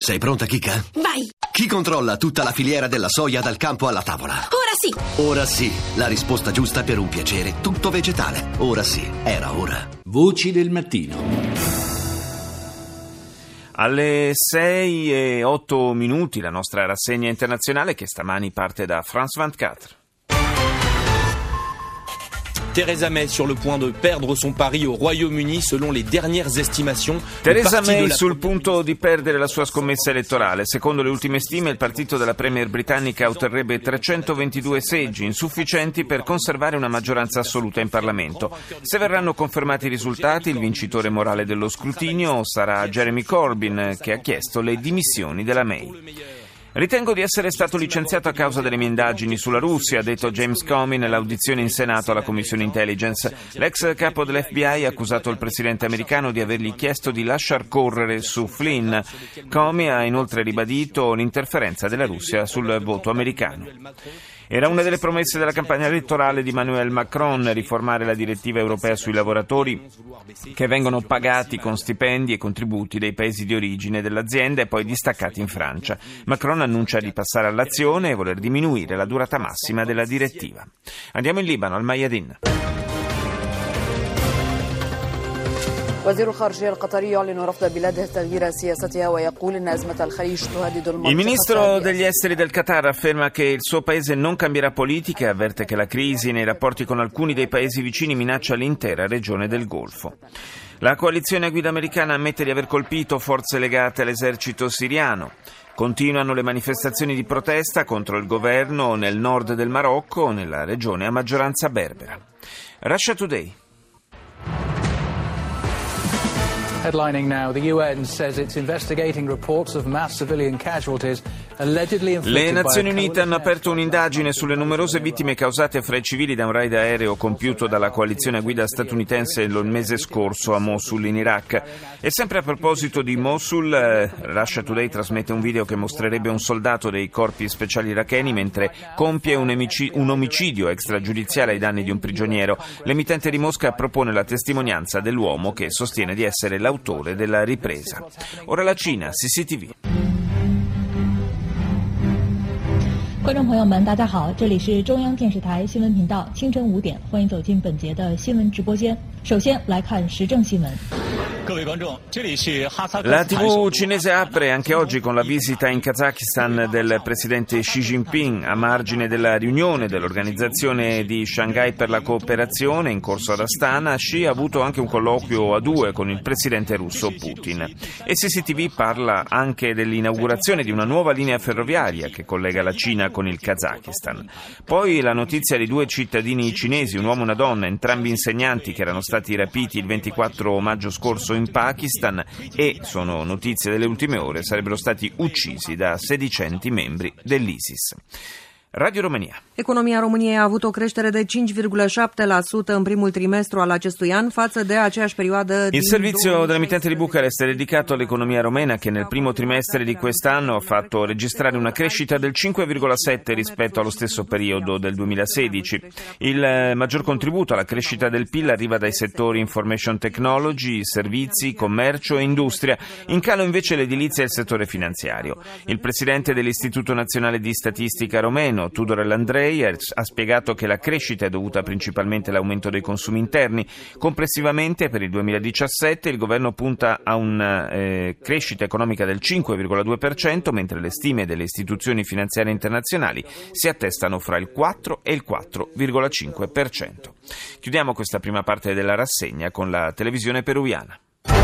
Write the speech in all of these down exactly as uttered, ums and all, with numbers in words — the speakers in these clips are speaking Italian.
Sei pronta, Kika? Vai! Chi controlla tutta la filiera della soia dal campo alla tavola? Ora sì! Ora sì, la risposta giusta per un piacere tutto vegetale. Ora sì, era ora. Voci del mattino. Alle sei e otto minuti la nostra rassegna internazionale che stamani parte da France ventiquattro. Theresa May sur le point de perdre son pari au Royaume-Uni selon les dernières estimations. Theresa May sul punto di perdere la sua scommessa elettorale. Secondo le ultime stime il partito della premier britannica otterrebbe trecentoventidue seggi, insufficienti per conservare una maggioranza assoluta in Parlamento. Se verranno confermati i risultati, il vincitore morale dello scrutinio sarà Jeremy Corbyn, che ha chiesto le dimissioni della May. Ritengo di essere stato licenziato a causa delle mie indagini sulla Russia, ha detto James Comey nell'audizione in Senato alla Commissione Intelligence. L'ex capo dell'F B I ha accusato il presidente americano di avergli chiesto di lasciar correre su Flynn. Comey ha inoltre ribadito l'interferenza della Russia sul voto americano. Era una delle promesse della campagna elettorale di Emmanuel Macron, riformare la direttiva europea sui lavoratori che vengono pagati con stipendi e contributi dei paesi di origine dell'azienda e poi distaccati in Francia. Macron annuncia di passare all'azione e voler diminuire la durata massima della direttiva. Andiamo in Libano, al Mayadin. Il ministro degli esteri del Qatar afferma che il suo paese non cambierà politica e avverte che la crisi nei rapporti con alcuni dei paesi vicini minaccia l'intera regione del Golfo. La coalizione a guida americana ammette di aver colpito forze legate all'esercito siriano. Continuano le manifestazioni di protesta contro il governo nel nord del Marocco, nella regione a maggioranza berbera. Russia Today. Headlining now, the U N says it's investigating reports of mass civilian casualties allegedly inflicted by Le Nazioni Unite hanno aperto un'indagine sulle numerose vittime causate fra i civili da un raid aereo compiuto dalla coalizione a guida statunitense il mese scorso a Mosul in Iraq. E sempre a proposito di Mosul, eh, Russia Today trasmette un video che mostrerebbe un soldato dei corpi speciali iracheni mentre compie un, emici- un omicidio extragiudiziale ai danni di un prigioniero. L'emittente di Mosca propone la testimonianza dell'uomo che sostiene di essere l'autore della ripresa. Ora la Cina, C C T V. 观众朋友们大家好，这里是中央电视台新闻频道，清晨五点，欢迎走进本节的新闻直播间。首先来看时政新闻。 La tivù cinese apre anche oggi con la visita in Kazakistan del presidente Xi Jinping a margine della riunione dell'Organizzazione di Shanghai per la cooperazione in corso ad Astana. Xi ha avuto anche un colloquio a due con il presidente russo Putin. E C C T V parla anche dell'inaugurazione di una nuova linea ferroviaria che collega la Cina con il Kazakistan. Poi la notizia di due cittadini cinesi, un uomo e una donna, entrambi insegnanti che erano stati rapiti il ventiquattro maggio scorso in Pakistan e, sono notizie delle ultime ore, sarebbero stati uccisi da sedicenti membri dell'ISIS. Radio România. Economia României a avut o creștere de cinci virgolă șapte la sută în primul trimestru al acestui an față de aceeași perioadă din Il servizio dell'emittente di Bucarest è dedicato all'economia romena che nel primo trimestre di quest'anno ha fatto registrare una crescita del cinque virgola sette rispetto allo stesso periodo del duemilasedici. Il maggior contributo alla crescita del P I L arriva dai settori information technology, servizi, commercio e industria. In calo invece l'edilizia e il settore finanziario. Il presidente dell'Istituto Nazionale di Statistica Romeno, Tudor Andrei, ha spiegato che la crescita è dovuta principalmente all'aumento dei consumi interni. Complessivamente per il duemiladiciassette il governo punta a una eh, crescita economica del cinque virgola due per cento, mentre le stime delle istituzioni finanziarie internazionali si attestano fra il quattro e il quattro virgola cinque per cento. Chiudiamo questa prima parte della rassegna con la televisione peruviana.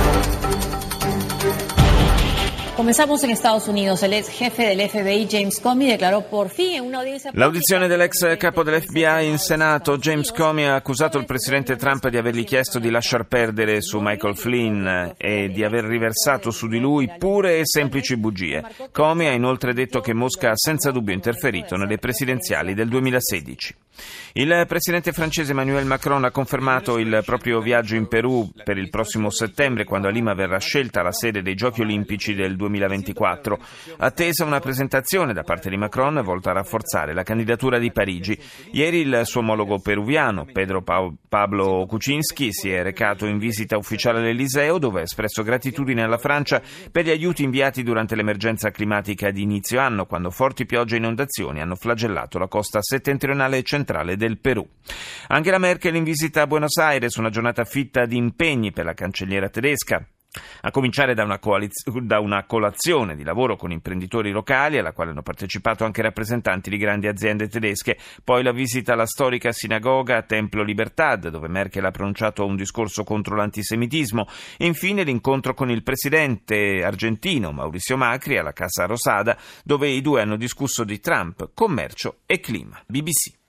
Comenzamos en Estados Unidos. El ex jefe del F B I, James Comey, declaró por fin en una audiencia... L'audizione dell'ex capo dell'F B I in Senato, James Comey, ha accusato il presidente Trump di avergli chiesto di lasciar perdere su Michael Flynn e di aver riversato su di lui pure e semplici bugie. Comey ha inoltre detto che Mosca ha senza dubbio interferito nelle presidenziali del duemilasedici. Il presidente francese Emmanuel Macron ha confermato il proprio viaggio in Perù per il prossimo settembre, quando a Lima verrà scelta la sede dei Giochi Olimpici del duemilaventiquattro. Attesa una presentazione da parte di Macron volta a rafforzare la candidatura di Parigi. Ieri il suo omologo peruviano, Pedro pa- Pablo Kuczynski, si è recato in visita ufficiale all'Eliseo, dove ha espresso gratitudine alla Francia per gli aiuti inviati durante l'emergenza climatica di inizio anno, quando forti piogge e inondazioni hanno flagellato la costa settentrionale e centrale del Perù. Angela Merkel in visita a Buenos Aires, una giornata fitta di impegni per la cancelliera tedesca, a cominciare da una, coaliz- da una colazione di lavoro con imprenditori locali, alla quale hanno partecipato anche rappresentanti di grandi aziende tedesche, poi la visita alla storica sinagoga Templo Libertad, dove Merkel ha pronunciato un discorso contro l'antisemitismo, e infine l'incontro con il presidente argentino Mauricio Macri alla Casa Rosada, dove i due hanno discusso di Trump, commercio e clima. B B C.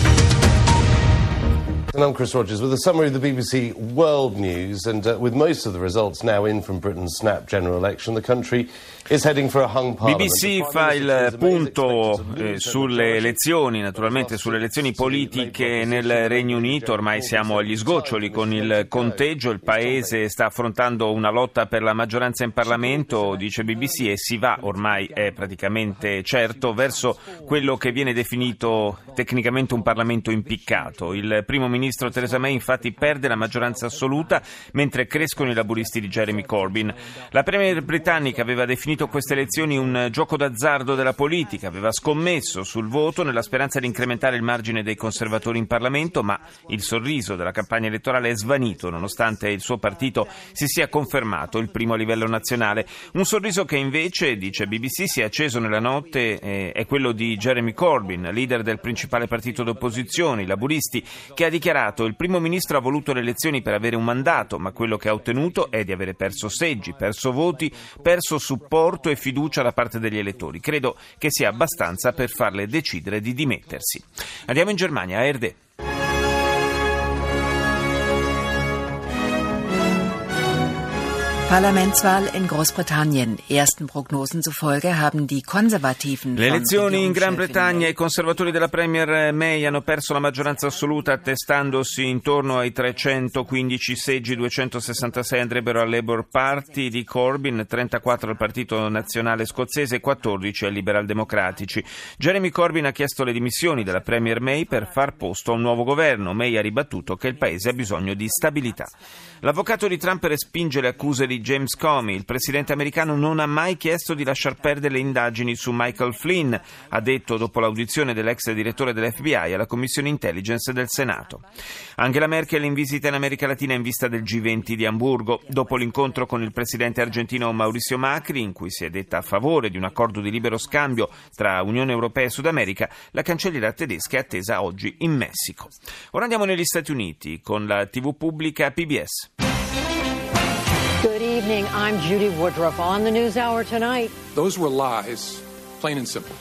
And I'm Chris Rogers with a summary of the B B C World News, and uh, with most of the results now in from Britain's snap general election, the country is heading for a hung parliament. B B C fa il punto eh, sulle elezioni, naturalmente sulle elezioni politiche nel Regno Unito. Ormai siamo agli sgoccioli con il conteggio, il paese sta affrontando una lotta per la maggioranza in Parlamento, dice B B C, e si va, ormai è praticamente certo, verso quello che viene definito tecnicamente un Parlamento impiccato. Il primo ministro Il ministro Theresa May infatti perde la maggioranza assoluta mentre crescono i laburisti di Jeremy Corbyn. La premier britannica aveva definito queste elezioni un gioco d'azzardo della politica, aveva scommesso sul voto nella speranza di incrementare il margine dei conservatori in Parlamento, ma il sorriso della campagna elettorale è svanito nonostante il suo partito si sia confermato il primo a livello nazionale. Un sorriso che invece, dice B B C, si è acceso nella notte eh, è quello di Jeremy Corbyn, leader del principale partito d'opposizione, i laburisti, che ha dichiarato: il primo ministro ha voluto le elezioni per avere un mandato, ma quello che ha ottenuto è di avere perso seggi, perso voti, perso supporto e fiducia da parte degli elettori. Credo che sia abbastanza per farle decidere di dimettersi. Andiamo in Germania, a Erde. Parlamentswahl in Großbritannien. Ersten Prognosen zufolge haben die Konservativen. Le elezioni in Gran Bretagna, i conservatori della Premier May hanno perso la maggioranza assoluta attestandosi intorno ai trecentoquindici seggi, duecentosessantasei andrebbero al Labour Party di Corbyn, trentaquattro al Partito Nazionale Scozzese e quattordici ai Liberal Democratici. Jeremy Corbyn ha chiesto le dimissioni della Premier May per far posto a un nuovo governo. May ha ribattuto che il paese ha bisogno di stabilità. L'avvocato di Trump respinge le accuse di James Comey. Il presidente americano non ha mai chiesto di lasciar perdere le indagini su Michael Flynn, ha detto dopo l'audizione dell'ex direttore dell'F B I alla Commissione Intelligence del Senato. Angela Merkel in visita in America Latina in vista del G venti di Amburgo. Dopo l'incontro con il presidente argentino Mauricio Macri, in cui si è detta a favore di un accordo di libero scambio tra Unione Europea e Sud America, la cancelliera tedesca è attesa oggi in Messico. Ora andiamo negli Stati Uniti con la tivù pubblica P B S. Good evening, I'm Judy Woodruff. On the News Hour tonight. Those were lies, plain and simple.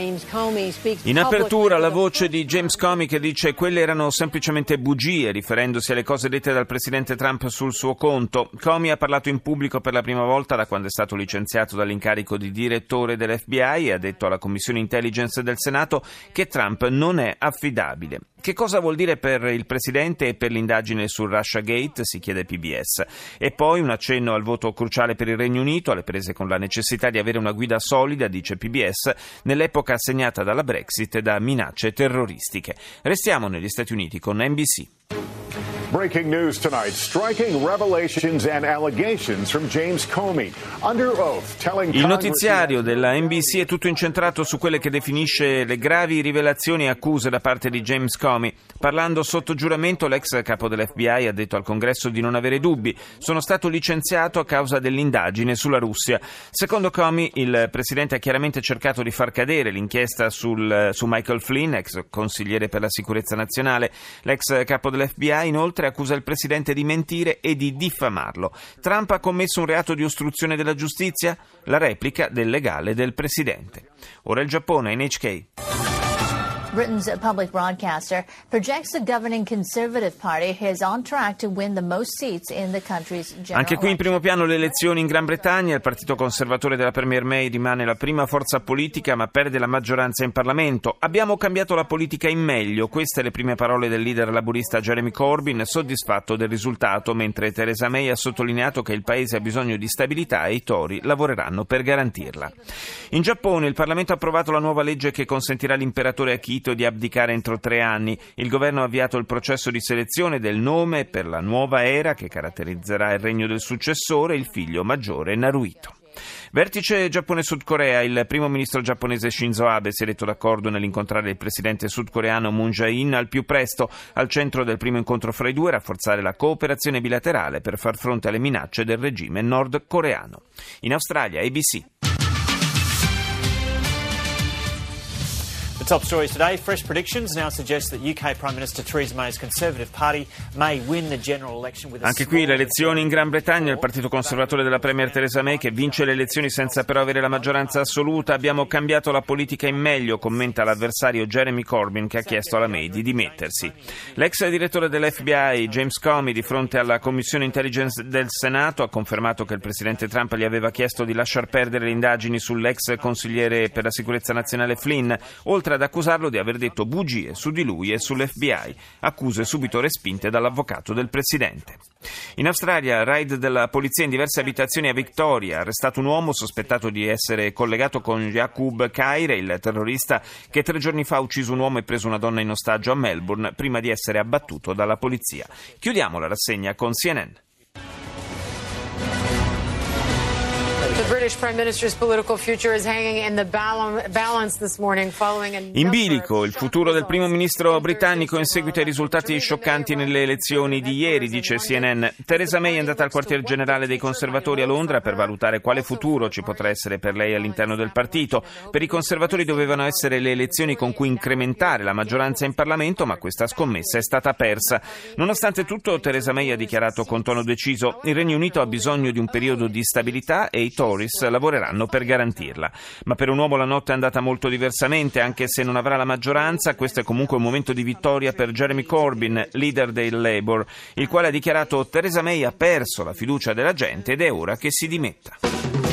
In apertura la voce di James Comey che dice quelle erano semplicemente bugie, riferendosi alle cose dette dal presidente Trump sul suo conto. Comey ha parlato in pubblico per la prima volta da quando è stato licenziato dall'incarico di direttore dell'F B I e ha detto alla Commissione Intelligence del Senato che Trump non è affidabile. Che cosa vuol dire per il presidente e per l'indagine sul Russiagate, si chiede P B S. E poi un accenno al voto cruciale per il Regno Unito, alle prese con la necessità di avere una guida solida, dice P B S, nell'epoca segnata dalla Brexit e da minacce terroristiche. Restiamo negli Stati Uniti con N B C. Breaking news tonight. Striking revelations and allegations from James Comey. Under oath, telling Il notiziario della N B C è tutto incentrato su quelle che definisce le gravi rivelazioni e accuse da parte di James Comey. Parlando sotto giuramento, l'ex capo dell'F B I ha detto al Congresso di non avere dubbi. Sono stato licenziato a causa dell'indagine sulla Russia. Secondo Comey, il presidente ha chiaramente cercato di far cadere l'inchiesta sul, su Michael Flynn, ex consigliere per la sicurezza nazionale. L'ex capo dell'F B I, inoltre, accusa il presidente di mentire e di diffamarlo. Trump ha commesso un reato di ostruzione della giustizia? La replica del legale del presidente. Ora il Giappone, N H K. Britain's public broadcaster, projects the governing Conservative Party is on track to win the most seats in the country's general Anche qui in primo piano le elezioni in Gran Bretagna. Il partito conservatore della Premier May rimane la prima forza politica ma perde la maggioranza in Parlamento. Abbiamo cambiato la politica in meglio. Queste le prime parole del leader laburista Jeremy Corbyn, soddisfatto del risultato, mentre Theresa May ha sottolineato che il paese ha bisogno di stabilità e i Tory lavoreranno per garantirla. In Giappone il Parlamento ha approvato la nuova legge che consentirà all'imperatore Akito di abdicare entro tre anni. Il governo ha avviato il processo di selezione del nome per la nuova era che caratterizzerà il regno del successore, il figlio maggiore Naruhito. Vertice Giappone-Sud Corea. Il primo ministro giapponese Shinzo Abe si è detto d'accordo nell'incontrare il presidente sudcoreano Moon Jae-in al più presto. Al centro del primo incontro fra i due rafforzare la cooperazione bilaterale per far fronte alle minacce del regime nordcoreano. In Australia, A B C. Top stories today. Fresh predictions now suggest that U K Prime Minister Theresa May's Conservative Party may win the general election with a Anche qui le elezioni in Gran Bretagna, il partito conservatore della Premier Theresa May che vince le elezioni senza però avere la maggioranza assoluta. Abbiamo cambiato la politica in meglio, commenta l'avversario Jeremy Corbyn che ha chiesto alla May di dimettersi. L'ex direttore dell'F B I James Comey di fronte alla Commissione Intelligence del Senato ha confermato che il presidente Trump gli aveva chiesto di lasciar perdere le indagini sull'ex consigliere per la sicurezza nazionale Flynn, oltre ad accusarlo di aver detto bugie su di lui e sull'F B I, accuse subito respinte dall'avvocato del presidente. In Australia, raid della polizia in diverse abitazioni a Victoria, arrestato un uomo sospettato di essere collegato con Yaqub Khair, il terrorista che tre giorni fa ha ucciso un uomo e preso una donna in ostaggio a Melbourne prima di essere abbattuto dalla polizia. Chiudiamo la rassegna con C N N. In bilico il futuro del primo ministro britannico in seguito ai risultati scioccanti nelle elezioni di ieri, dice C N N. Theresa May è andata al quartier generale dei conservatori a Londra per valutare quale futuro ci potrà essere per lei all'interno del partito. Per i conservatori dovevano essere le elezioni con cui incrementare la maggioranza in Parlamento, ma questa scommessa è stata persa. Nonostante tutto, Theresa May ha dichiarato con tono deciso: il Regno Unito ha bisogno di un periodo di stabilità e i Tories lavoreranno per garantirla. Ma per un uomo la notte è andata molto diversamente. Anche se non avrà la maggioranza, questo è comunque un momento di vittoria per Jeremy Corbyn, leader del Labour, il quale ha dichiarato: Theresa May ha perso la fiducia della gente ed è ora che si dimetta.